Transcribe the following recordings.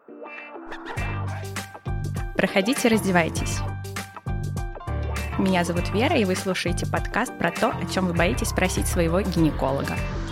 Проходите, раздевайтесь. Меня зовут Вера, и вы слушаете подкаст про то, о чем вы боитесь спросить своего гинеколога.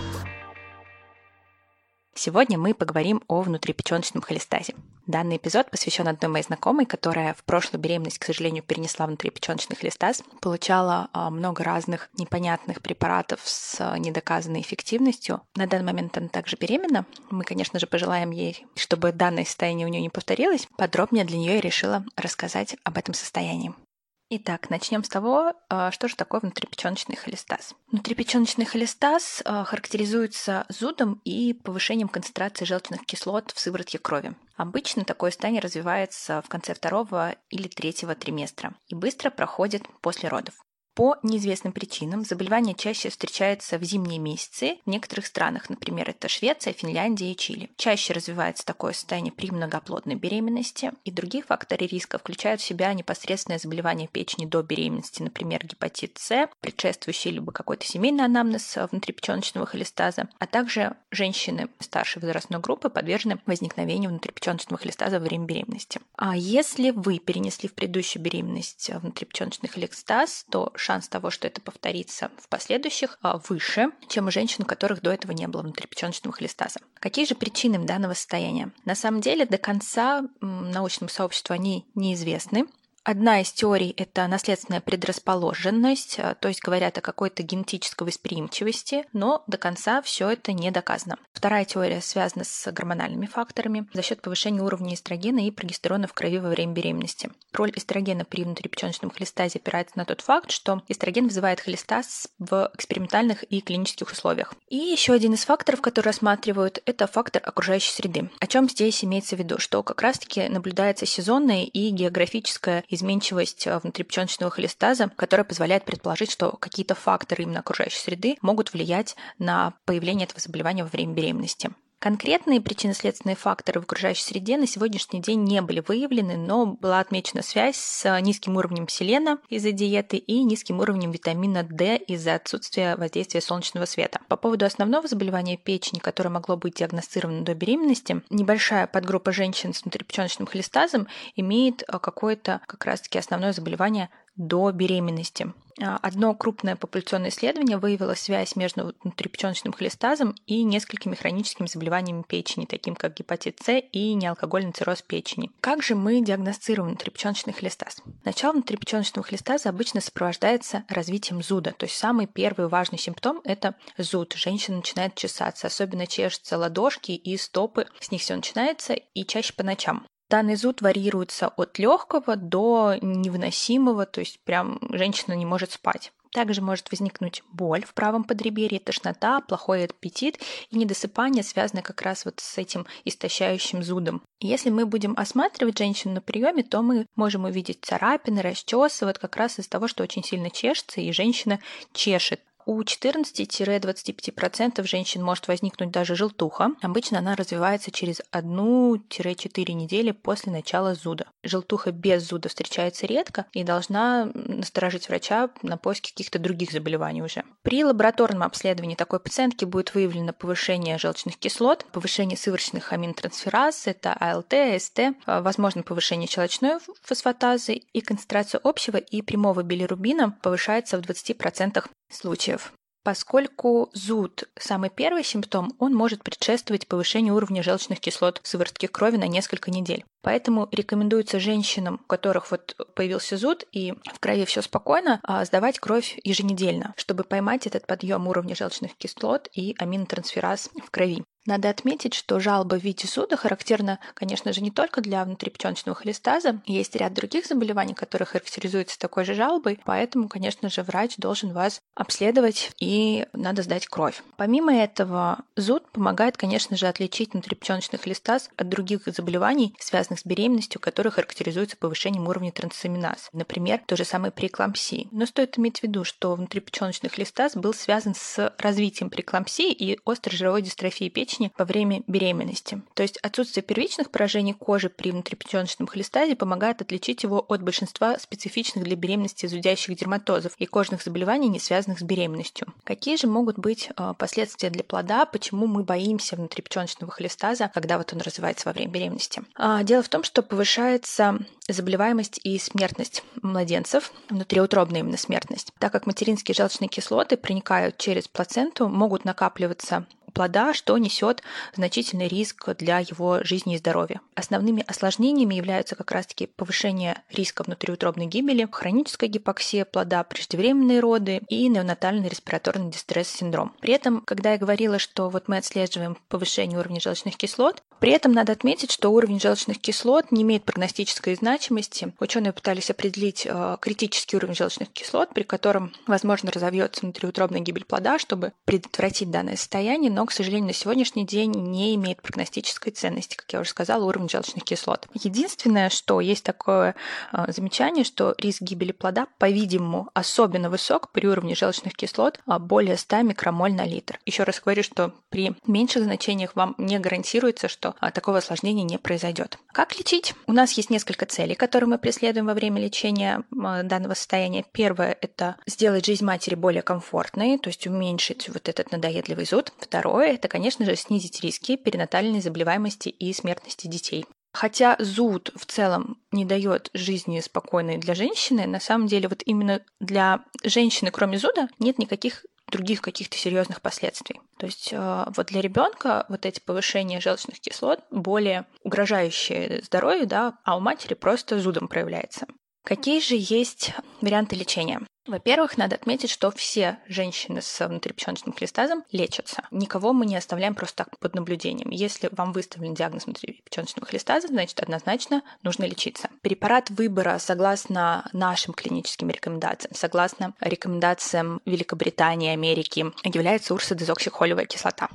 Сегодня мы поговорим о внутрипечёночном холестазе. Данный эпизод посвящен одной моей знакомой, которая в прошлую беременность, к сожалению, перенесла внутрипечёночный холестаз, получала много разных непонятных препаратов с недоказанной эффективностью. На данный момент она также беременна. Мы, конечно же, пожелаем ей, чтобы данное состояние у нее не повторилось. Подробнее для нее я решила рассказать об этом состоянии. Итак, начнем с того, что же такое внутрипечёночный холестаз. Внутрипечёночный холестаз характеризуется зудом и повышением концентрации желчных кислот в сыворотке крови. Обычно такое состояние развивается в конце 2-го или 3-го триместра и быстро проходит после родов. По неизвестным причинам заболевание чаще встречается в зимние месяцы в некоторых странах, например, это Швеция, Финляндия и Чили. Чаще развивается такое состояние при многоплодной беременности, и другие факторы риска включают в себя непосредственное заболевание печени до беременности, например, гепатит С, предшествующий либо какой-то семейный анамнез внутрипечёночного холестаза, а также женщины старшей возрастной группы подвержены возникновению внутрипечёночного холестаза во время беременности. А если вы перенесли в предыдущую беременность внутрипечёночный холестаз, то шанс того, что это повторится в последующих, выше, чем у женщин, у которых до этого не было внутрипечёночного холестаза. Какие же причины данного состояния? На самом деле до конца научному сообществу они неизвестны. Одна из теорий – это наследственная предрасположенность, то есть говорят о какой-то генетической восприимчивости, но до конца все это не доказано. Вторая теория связана с гормональными факторами за счет повышения уровня эстрогена и прогестерона в крови во время беременности. Роль эстрогена при внутрипечёночном холестазе опирается на тот факт, что эстроген вызывает холестаз в экспериментальных и клинических условиях. И еще один из факторов, который рассматривают, это фактор окружающей среды. О чем здесь имеется в виду? Что как раз-таки наблюдается сезонная и географическая изменчивость внутрипечёночного холестаза, которая позволяет предположить, что какие-то факторы именно окружающей среды могут влиять на появление этого заболевания во время беременности. Конкретные причинно-следственные факторы в окружающей среде на сегодняшний день не были выявлены, но была отмечена связь с низким уровнем селена из-за диеты и низким уровнем витамина D из-за отсутствия воздействия солнечного света. По поводу основного заболевания печени, которое могло быть диагностировано до беременности, небольшая подгруппа женщин с внутрипечёночным холестазом имеет какое-то как раз-таки основное заболевание до беременности. Одно крупное популяционное исследование выявило связь между внутрипечёночным холестазом и несколькими хроническими заболеваниями печени, таким как гепатит С и неалкогольный цирроз печени. Как же мы диагностируем внутрипечёночный холестаз? Начало внутрипечёночного холестаза обычно сопровождается развитием зуда, то есть самый первый важный симптом – это зуд. Женщина начинает чесаться, особенно чешутся ладошки и стопы, с них все начинается и чаще по ночам. Данный зуд варьируется от легкого до невыносимого, то есть прям женщина не может спать. Также может возникнуть боль в правом подреберье, тошнота, плохой аппетит и недосыпание, связанное как раз вот с этим истощающим зудом. И если мы будем осматривать женщину на приеме, то мы можем увидеть царапины, расчесы, вот как раз из-за того, что очень сильно чешется и женщина чешет. У 14-25% женщин может возникнуть даже желтуха. Обычно она развивается через 1-4 недели после начала зуда. Желтуха без зуда встречается редко и должна насторожить врача на поиски каких-то других заболеваний уже. При лабораторном обследовании такой пациентки будет выявлено повышение желчных кислот, повышение сывороточных аминотрансфераз, это АЛТ, АСТ, возможно повышение щелочной фосфатазы и концентрация общего и прямого билирубина повышается в 20% случаев. Поскольку зуд – самый первый симптом, он может предшествовать повышению уровня желчных кислот в сыворотке крови на несколько недель. Поэтому рекомендуется женщинам, у которых вот появился зуд и в крови все спокойно, сдавать кровь еженедельно, чтобы поймать этот подъем уровня желчных кислот и аминотрансфераз в крови. Надо отметить, что жалоба в виде зуда характерна, конечно же, не только для внутрипечёночного холестаза. Есть ряд других заболеваний, которые характеризуются такой же жалобой, поэтому, конечно же, врач должен вас обследовать и надо сдать кровь. Помимо этого, зуд помогает, конечно же, отличить внутрипечёночный холестаз от других заболеваний, связанных с беременностью, которые характеризуются повышением уровня трансаминаз. Например, то же самое преэклампсии. Но стоит иметь в виду, что внутрипечёночный холестаз был связан с развитием преэклампсии и острой жировой дистрофии печени печени во время беременности. То есть отсутствие первичных поражений кожи при внутрипечёночном холестазе помогает отличить его от большинства специфичных для беременности зудящих дерматозов и кожных заболеваний, не связанных с беременностью. Какие же могут быть последствия для плода, почему мы боимся внутрипечёночного холестаза, когда вот он развивается во время беременности? Дело в том, что повышается заболеваемость и смертность младенцев, внутриутробная именно смертность, так как материнские желчные кислоты проникают через плаценту, могут накапливаться у плода, что несет значительный риск для его жизни и здоровья. Основными осложнениями являются как раз-таки повышение риска внутриутробной гибели, хроническая гипоксия плода, преждевременные роды и неонатальный респираторный дистресс-синдром. При этом, когда я говорила, что вот мы отслеживаем повышение уровня желчных кислот, при этом надо отметить, что уровень желчных кислот не имеет прогностической значимости. Ученые пытались определить критический уровень желчных кислот, при котором, возможно, разовьется внутриутробная гибель плода, чтобы предотвратить данное состояние, но, к сожалению, на сегодняшний день не имеет прогностической ценности, как я уже сказала, уровень желчных кислот. Единственное, что есть такое замечание, что риск гибели плода, по-видимому, особенно высок при уровне желчных кислот более 100 микромоль на литр. Еще раз говорю, что при меньших значениях вам не гарантируется, что такого осложнения не произойдет. Как лечить? У нас есть несколько целей, которые мы преследуем во время лечения данного состояния. Первое – это сделать жизнь матери более комфортной, то есть уменьшить вот этот надоедливый зуд. Второе – это, конечно же, снизить риски перинатальной заболеваемости и смертности детей. Хотя зуд в целом не дает жизни спокойной для женщины, на самом деле вот именно для женщины, кроме зуда, нет никаких других каких-то серьезных последствий. То есть вот для ребенка вот эти повышения желчных кислот более угрожающие здоровью, да, а у матери просто зудом проявляется. Какие же есть варианты лечения? Во-первых, надо отметить, что все женщины с внутрипечёночным холестазом лечатся. Никого мы не оставляем просто так под наблюдением. Если вам выставлен диагноз внутрипечёночного холестаза, значит, однозначно нужно лечиться. Препарат выбора, согласно нашим клиническим рекомендациям, согласно рекомендациям Великобритании, Америки, является урсодезоксихолевая кислота.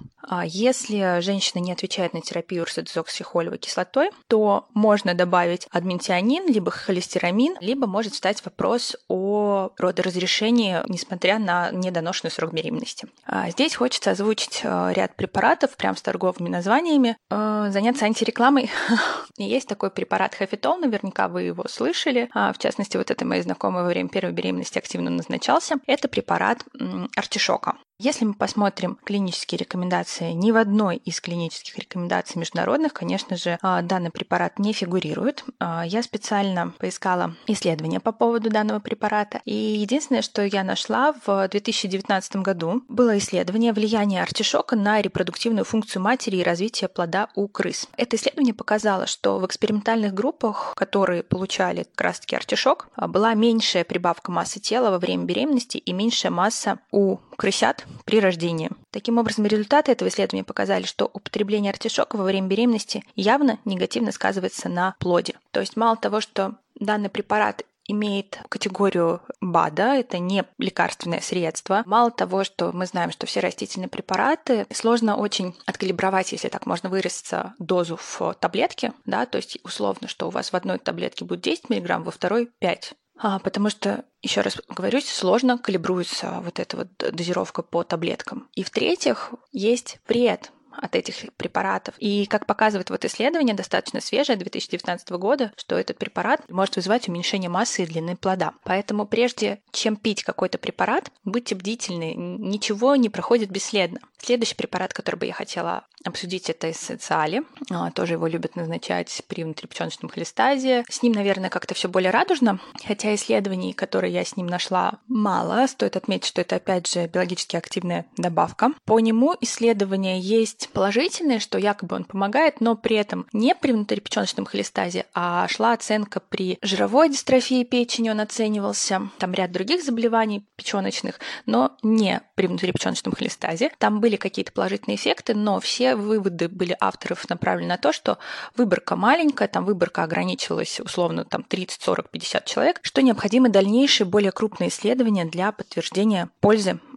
Если женщина не отвечает на терапию урсодезоксихолевой кислотой, то можно добавить адментианин, либо холестерамин, либо может встать вопрос о родоразрешении, несмотря на недоношенный срок беременности. Здесь хочется озвучить ряд препаратов, прям с торговыми названиями, заняться антирекламой. Есть такой препарат Хафетол, наверняка вы его слышали. В частности, вот это моей знакомой во время первой беременности активно назначался. Это препарат артишока. Если мы посмотрим клинические рекомендации, ни в одной из клинических рекомендаций международных, конечно же, данный препарат не фигурирует. Я специально поискала исследования по поводу данного препарата, и единственное, что я нашла в 2019 году, было исследование влияния артишока на репродуктивную функцию матери и развитие плода у крыс. Это исследование показало, что в экспериментальных группах, которые получали как раз-таки артишок, была меньшая прибавка массы тела во время беременности и меньшая масса у крысят при рождении. Таким образом, результаты этого исследования показали, что употребление артишока во время беременности явно негативно сказывается на плоде. То есть мало того, что данный препарат имеет категорию БАДа, это не лекарственное средство. Мало того, что мы знаем, что все растительные препараты сложно очень откалибровать, если так можно выразиться, дозу в таблетке, да, то есть условно, что у вас в одной таблетке будет 10 мг, во второй 5. Потому что, еще раз говорю, сложно калибруется вот эта вот дозировка по таблеткам. И в-третьих, есть вред от этих препаратов. И, как показывает вот исследование, достаточно свежее, 2019 года, что этот препарат может вызывать уменьшение массы и длины плода. Поэтому прежде чем пить какой-то препарат, будьте бдительны, ничего не проходит бесследно. Следующий препарат, который бы я хотела обсудить, это эссенциали. Тоже его любят назначать при внутрипечёночном холестазе. С ним, наверное, как-то все более радужно, хотя исследований, которые я с ним нашла, мало. Стоит отметить, что это, опять же, биологически активная добавка. По нему исследования есть положительные, что якобы он помогает, но при этом не при внутрипечёночном холестазе, а шла оценка при жировой дистрофии печени, он оценивался, там ряд других заболеваний печёночных, но не при внутрипечёночном холестазе. Там были какие-то положительные эффекты, но все выводы были авторов направлены на то, что выборка маленькая, там выборка ограничивалась условно там 30, 40, 50 человек, что необходимы дальнейшие более крупные исследования для подтверждения пользы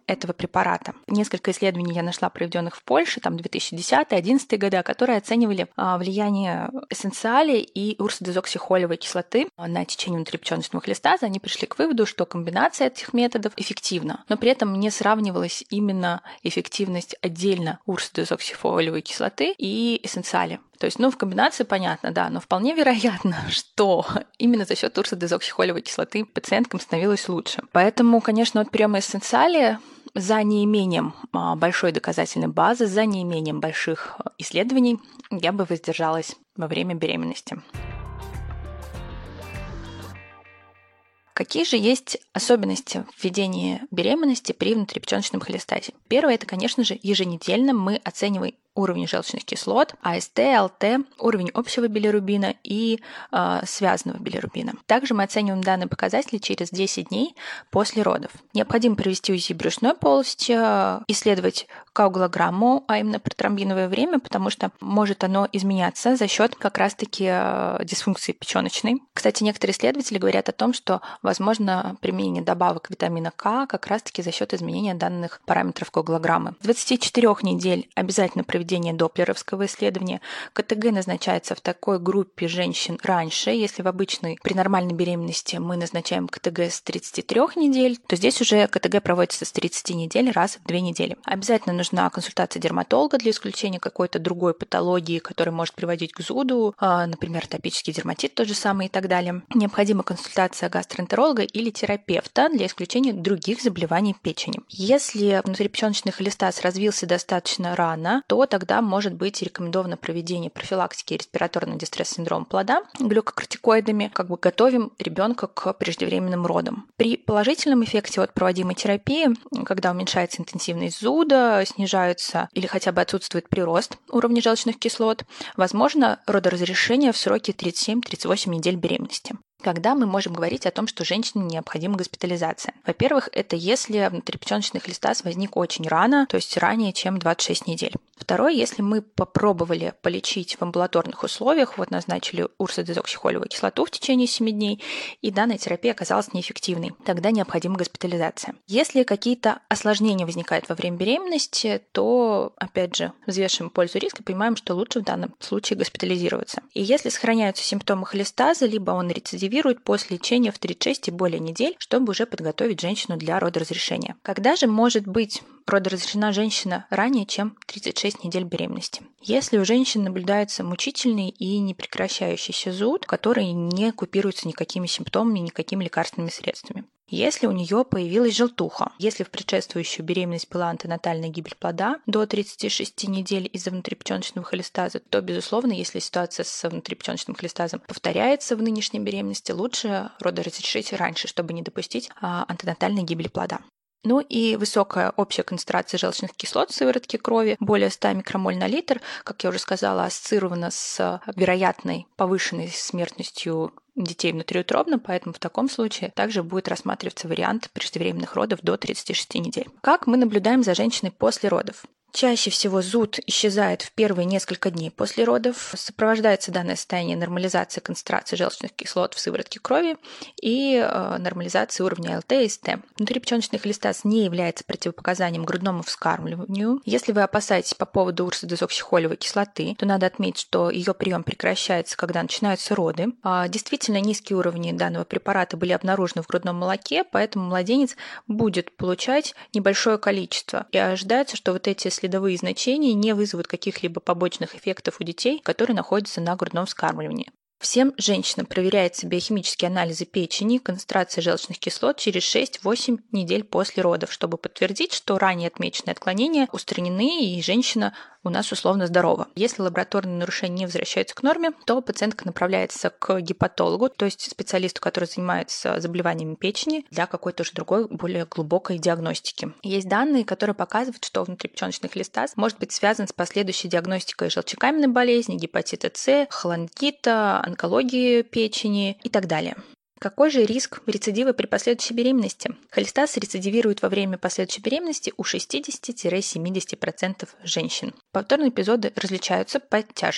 этого препарата. Несколько исследований я нашла, проведенных в Польше, там 2010-2011 года, которые оценивали влияние эссенциали и урсодезоксихолевой кислоты на течение внутрипечёночного холестаза. Они пришли к выводу, что комбинация этих методов эффективна, но при этом не сравнивалась именно эффективность отдельно урсодезоксихолевой кислоты и эссенциали. То есть, в комбинации понятно, да, но вполне вероятно, что именно за счет урсодезоксихолевой кислоты пациенткам становилось лучше. Поэтому, конечно, от приема эссенциали за неимением большой доказательной базы, за неимением больших исследований я бы воздержалась во время беременности. Какие же есть особенности в ведении беременности при внутрипечёночном холестазе? Первое – это, конечно же, еженедельно мы оцениваем уровень желчных кислот, АСТ, ЛТ, уровень общего билирубина и связанного билирубина. Также мы оцениваем данные показатели через 10 дней после родов. Необходимо провести УЗИ брюшной полости, исследовать коагулограмму, а именно протромбиновое время, потому что может оно изменяться за счет как раз-таки дисфункции печёночной. Кстати, некоторые исследователи говорят о том, что возможно применение добавок витамина К как раз-таки за счет изменения данных параметров коагулограммы. С 24 недель обязательно проведение доплеровского исследования. КТГ назначается в такой группе женщин раньше. Если в обычной при нормальной беременности мы назначаем КТГ с 33 недель, то здесь уже КТГ проводится с 30 недель раз в 2 недели. Обязательно нужна консультация дерматолога для исключения какой-то другой патологии, которая может приводить к зуду, например, атопический дерматит тот же самый и так далее. Необходима консультация гастроэнтеролога или терапевта для исключения других заболеваний печени. Если внутрипечёночный холестаз развился достаточно рано, то тогда может быть рекомендовано проведение профилактики респираторного дистресс-синдрома плода глюкокортикоидами, готовим ребенка к преждевременным родам. При положительном эффекте от проводимой терапии, когда уменьшается интенсивность зуда, снижается или хотя бы отсутствует прирост уровня желчных кислот, возможно родоразрешение в сроке 37-38 недель беременности. Когда мы можем говорить о том, что женщине необходима госпитализация? Во-первых, это если внутрипечёночный холестаз возник очень рано, то есть ранее, чем 26 недель. Второе, если мы попробовали полечить в амбулаторных условиях, назначили урсодезоксихолевую кислоту в течение 7 дней, и данная терапия оказалась неэффективной, тогда необходима госпитализация. Если какие-то осложнения возникают во время беременности, то, опять же, взвешиваем пользу и риск и понимаем, что лучше в данном случае госпитализироваться. И если сохраняются симптомы холестаза, либо он рецидивирует после лечения в 36 и более недель, чтобы уже подготовить женщину для родоразрешения. Когда же может быть родоразрешена женщина ранее, чем 36 недель беременности? Если у женщины наблюдается мучительный и непрекращающийся зуд, который не купируется никакими симптомами, никакими лекарственными средствами. Если у нее появилась желтуха, если в предшествующую беременность была антенатальная гибель плода до 36 недель из-за внутрипечёночного холестаза, то, безусловно, если ситуация с внутрипечёночным холестазом повторяется в нынешней беременности, лучше родоразрешить раньше, чтобы не допустить антенатальной гибели плода. И высокая общая концентрация желчных кислот в сыворотке крови, более 100 микромоль на литр, как я уже сказала, ассоциирована с вероятной повышенной смертностью детей внутриутробно, поэтому в таком случае также будет рассматриваться вариант преждевременных родов до 36 недель. Как мы наблюдаем за женщиной после родов? Чаще всего зуд исчезает в первые несколько дней после родов, сопровождается данное состояние нормализацией концентрации желчных кислот в сыворотке крови и нормализацией уровня ЛТ и СТ. Внутрипечёночный холестаз не является противопоказанием грудному вскармливанию. Если вы опасаетесь по поводу урсодезоксихолевой кислоты, то надо отметить, что ее прием прекращается, когда начинаются роды. Действительно низкие уровни данного препарата были обнаружены в грудном молоке, поэтому младенец будет получать небольшое количество. И ожидается, что эти следовые значения не вызовут каких-либо побочных эффектов у детей, которые находятся на грудном вскармливании. Всем женщинам проверяются биохимические анализы печени, концентрация желчных кислот через 6-8 недель после родов, чтобы подтвердить, что ранее отмеченные отклонения устранены и женщина у нас условно здорова. Если лабораторные нарушения не возвращаются к норме, то пациентка направляется к гепатологу, то есть специалисту, который занимается заболеваниями печени, для какой-то уже другой, более глубокой диагностики. Есть данные, которые показывают, что внутрипечёночный холестаз может быть связан с последующей диагностикой желчекаменной болезни, гепатита С, холангита, онкологии печени и так далее. Какой же риск рецидива при последующей беременности? Холестаз рецидивирует во время последующей беременности у 60-70% женщин. Повторные эпизоды различаются по тяжести.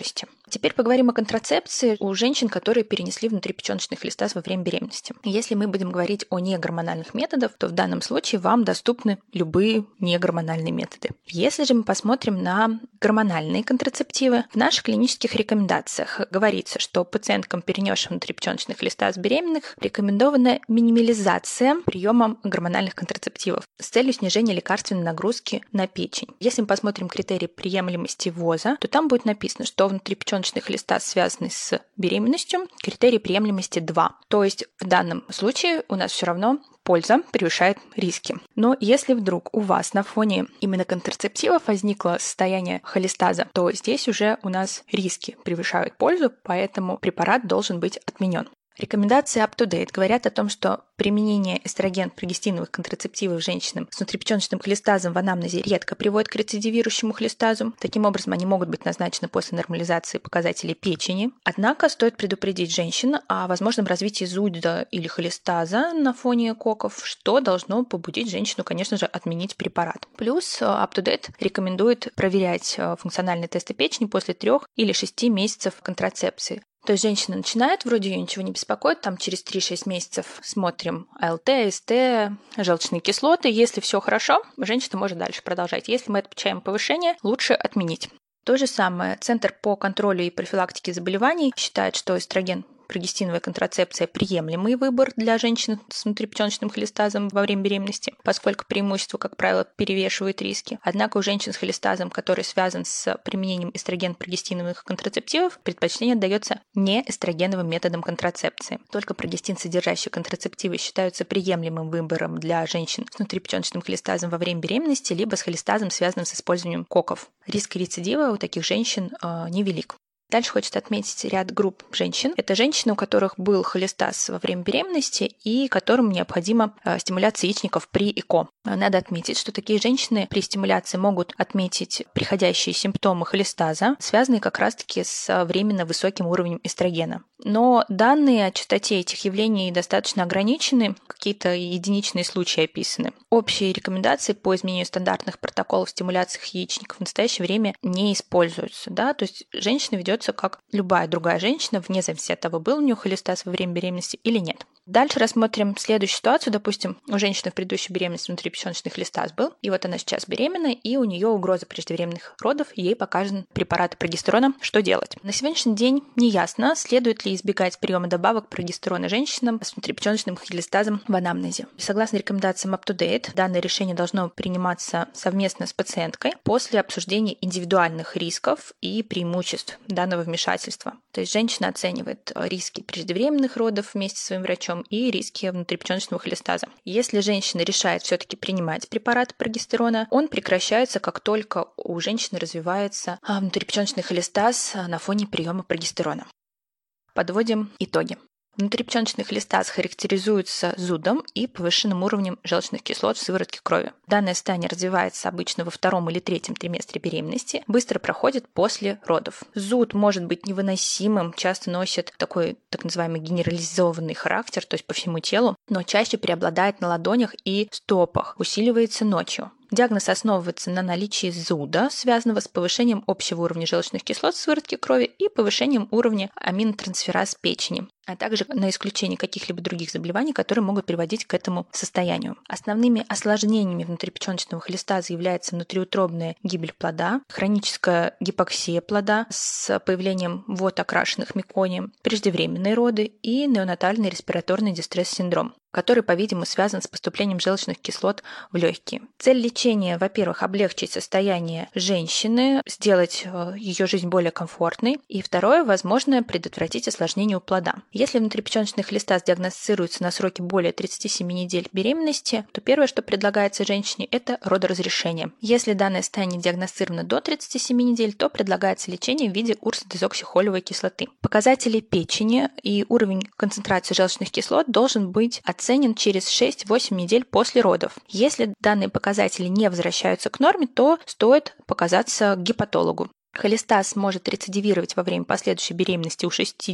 Теперь поговорим о контрацепции у женщин, которые перенесли внутрипечёночный холестаз во время беременности. Если мы будем говорить о негормональных методах, то в данном случае вам доступны любые негормональные методы. Если же мы посмотрим на гормональные контрацептивы, в наших клинических рекомендациях говорится, что пациенткам, перенесшим внутрипечёночный холестаз беременных, рекомендована минимализация приема гормональных контрацептивов с целью снижения лекарственной нагрузки на печень. Если мы посмотрим критерии приемлемости ВОЗа, то там будет написано, что внутрипечёночный холестаз, связанный с беременностью, критерий приемлемости 2. То есть в данном случае у нас все равно польза превышает риски. Но если вдруг у вас на фоне именно контрацептивов возникло состояние холестаза, то здесь уже у нас риски превышают пользу, поэтому препарат должен быть отменен. Рекомендации UpToDate говорят о том, что применение эстроген-прогестиновых контрацептивов женщинам с внутрипечёночным холестазом в анамнезе редко приводит к рецидивирующему холестазу. Таким образом, они могут быть назначены после нормализации показателей печени. Однако стоит предупредить женщин о возможном развитии зуда или холестаза на фоне коков, что должно побудить женщину, конечно же, отменить препарат. Плюс UpToDate рекомендует проверять функциональные тесты печени после 3 или 6 месяцев контрацепции. То есть женщина начинает, вроде ее ничего не беспокоит, там через 3-6 месяцев смотрим АЛТ, СТ, желчные кислоты. Если все хорошо, женщина может дальше продолжать. Если мы отмечаем повышение, лучше отменить. То же самое Центр по контролю и профилактике заболеваний считает, что эстроген прогестиновая контрацепция – приемлемый выбор для женщин с внутрипечёночным холестазом во время беременности, поскольку преимущества, как правило, перевешивают риски. Однако у женщин с холестазом, который связан с применением эстроген-прогестиновых контрацептивов, предпочтение отдается не эстрогеновым методам контрацепции. Только прогестин-содержащие контрацептивы считаются приемлемым выбором для женщин с внутрипечёночным холестазом во время беременности, либо с холестазом, связанным с использованием коков. Риск рецидива у таких женщин невелик. Дальше хочется отметить ряд групп женщин. Это женщины, у которых был холестаз во время беременности и которым необходима стимуляция яичников при ЭКО. Надо отметить, что такие женщины при стимуляции могут отметить приходящие симптомы холестаза, связанные как раз-таки с временно высоким уровнем эстрогена. Но данные о частоте этих явлений достаточно ограничены, какие-то единичные случаи описаны. Общие рекомендации по изменению стандартных протоколов стимуляции яичников в настоящее время не используются. Да? То есть женщина ведется как любая другая женщина, вне зависимости от того, был у нее холестаз во время беременности или нет. Дальше рассмотрим следующую ситуацию. Допустим, у женщины в предыдущей беременности внутрипечёночный холестаз был, и вот она сейчас беременна, и у нее угроза преждевременных родов, ей показан препарат прогестерона. Что делать? На сегодняшний день неясно, следует ли избегать приема добавок прогестерона женщинам с внутрипечёночным холестазом в анамнезе. Согласно рекомендациям UpToDate, данное решение должно приниматься совместно с пациенткой после обсуждения индивидуальных рисков и преимуществ данного вмешательства. То есть женщина оценивает риски преждевременных родов вместе со своим врачом и риски внутрипечёночного холестаза. Если женщина решает все-таки принимать препарат прогестерона, он прекращается, как только у женщины развивается внутрипечёночный холестаз на фоне приема прогестерона. Подводим итоги. Внутрипечёночный холестаз характеризуется зудом и повышенным уровнем желчных кислот в сыворотке крови. Данное состояние развивается обычно во 2 или 3 триместре беременности, быстро проходит после родов. Зуд может быть невыносимым, часто носит такой так называемый генерализованный характер, то есть по всему телу, но чаще преобладает на ладонях и стопах, усиливается ночью. Диагноз основывается на наличии зуда, связанного с повышением общего уровня желчных кислот в сыворотке крови и повышением уровня аминотрансфераз печени, а также на исключение каких-либо других заболеваний, которые могут приводить к этому состоянию. Основными осложнениями внутрипечёночного холестаза является внутриутробная гибель плода, хроническая гипоксия плода с появлением вод, окрашенных меконием, преждевременные роды и неонатальный респираторный дистресс-синдром, который, по-видимому, связан с поступлением желчных кислот в легкие. Цель лечения, во-первых, облегчить состояние женщины, сделать ее жизнь более комфортной, и второе, возможно, предотвратить осложнение у плода. Если внутрипечёночный холестаз диагностируется на сроке более 37 недель беременности, то первое, что предлагается женщине, это родоразрешение. Если данное состояние диагностировано до 37 недель, то предлагается лечение в виде урсодезоксихолевой кислоты. Показатели печени и уровень концентрации желчных кислот должен быть оценен через 6-8 недель после родов. Если данные показатели не возвращаются к норме, то стоит показаться к гепатологу. Холестаз может рецидивировать во время последующей беременности у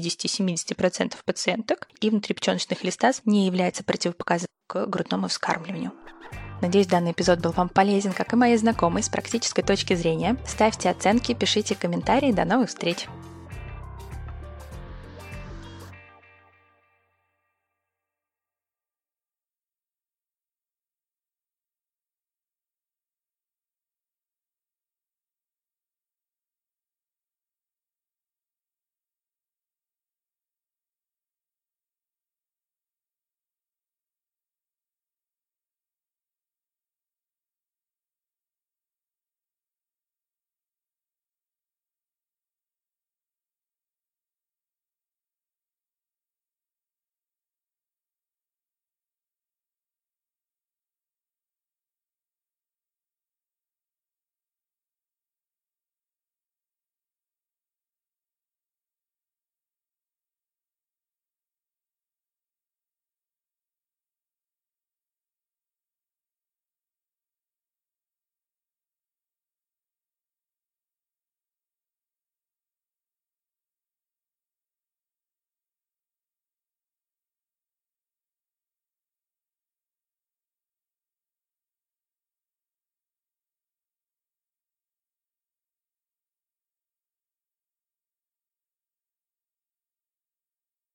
60-70% пациенток, и внутрипечёночный холестаз не является противопоказанием к грудному вскармливанию. Надеюсь, данный эпизод был вам полезен, как и моей знакомой, с практической точки зрения. Ставьте оценки, пишите комментарии. До новых встреч!